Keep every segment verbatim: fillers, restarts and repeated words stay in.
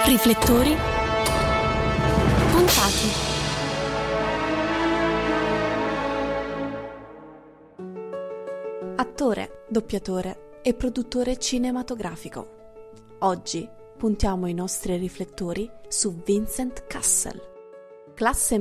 Riflettori puntati. Attore, doppiatore e produttore cinematografico. Oggi puntiamo i nostri riflettori su Vincent Cassel. Classe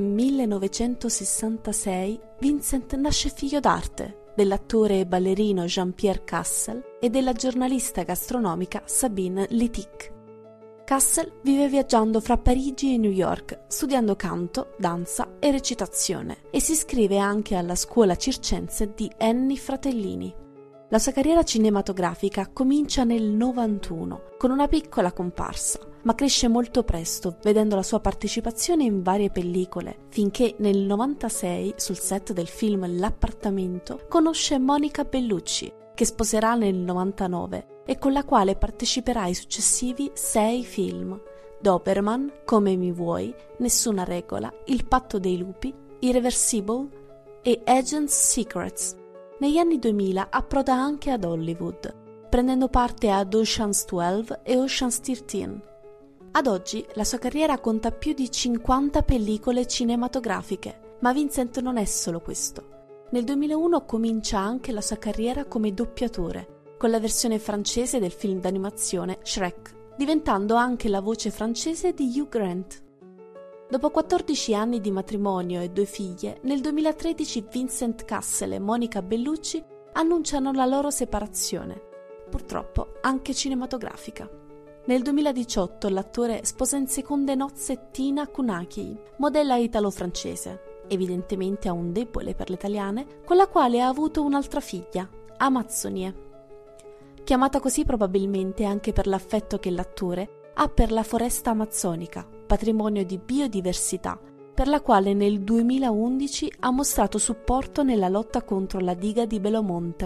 millenovecentosessantasei, Vincent nasce figlio d'arte dell'attore e ballerino Jean-Pierre Cassel e della giornalista gastronomica Sabine Letic. Cassel vive viaggiando fra Parigi e New York, studiando canto, danza e recitazione, e si iscrive anche alla scuola circense di Annie Fratellini. La sua carriera cinematografica comincia nel novantuno con una piccola comparsa, ma cresce molto presto, vedendo la sua partecipazione in varie pellicole, finché nel novantasei, sul set del film L'appartamento, conosce Monica Bellucci, che sposerà nel novantanove e con la quale parteciperà ai successivi sei film: Doberman, Come mi vuoi, Nessuna regola, Il patto dei lupi, Irreversible e Agents Secrets. Negli anni duemila approda anche ad Hollywood, prendendo parte ad Ocean's dodici e Ocean's tredici. Ad oggi la sua carriera conta più di cinquanta pellicole cinematografiche, ma Vincent non è solo questo. Nel duemilauno comincia anche la sua carriera come doppiatore, con la versione francese del film d'animazione Shrek, diventando anche la voce francese di Hugh Grant. Dopo quattordici anni di matrimonio e due figlie, nel duemilatredici Vincent Cassel e Monica Bellucci annunciano la loro separazione, purtroppo anche cinematografica. Nel duemiladiciotto l'attore sposa in seconde nozze Tina Kunakij, modella italo-francese. Evidentemente ha un debole per le italiane, con la quale ha avuto un'altra figlia, Amazzonie. Chiamata così probabilmente anche per l'affetto che l'attore ha per la foresta amazzonica, patrimonio di biodiversità, per la quale nel duemilaundici ha mostrato supporto nella lotta contro la diga di Belo Monte.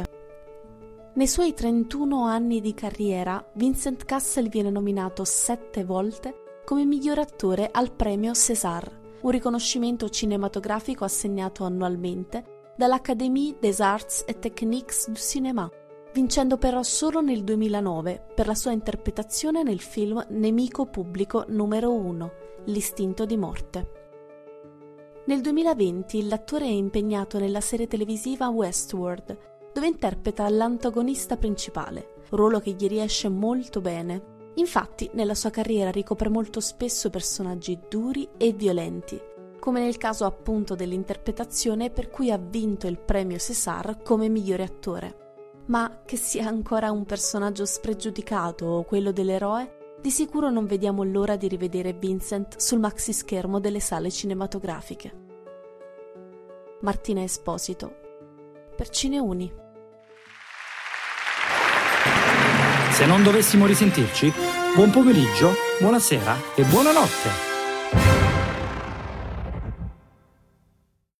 Nei suoi trentuno anni di carriera, Vincent Cassel viene nominato sette volte come miglior attore al premio César, un riconoscimento cinematografico assegnato annualmente dall'Académie des Arts et Techniques du Cinéma, vincendo però solo nel duemilanove per la sua interpretazione nel film Nemico pubblico numero uno, L'istinto di morte. Nel duemilaventi l'attore è impegnato nella serie televisiva Westworld, dove interpreta l'antagonista principale, ruolo che gli riesce molto bene. Infatti, nella sua carriera ricopre molto spesso personaggi duri e violenti, come nel caso appunto dell'interpretazione per cui ha vinto il premio César come migliore attore. Ma che sia ancora un personaggio spregiudicato o quello dell'eroe, di sicuro non vediamo l'ora di rivedere Vincent sul maxischermo delle sale cinematografiche. Martina Esposito, per Cineuni. Se non dovessimo risentirci, buon pomeriggio, buonasera e buonanotte.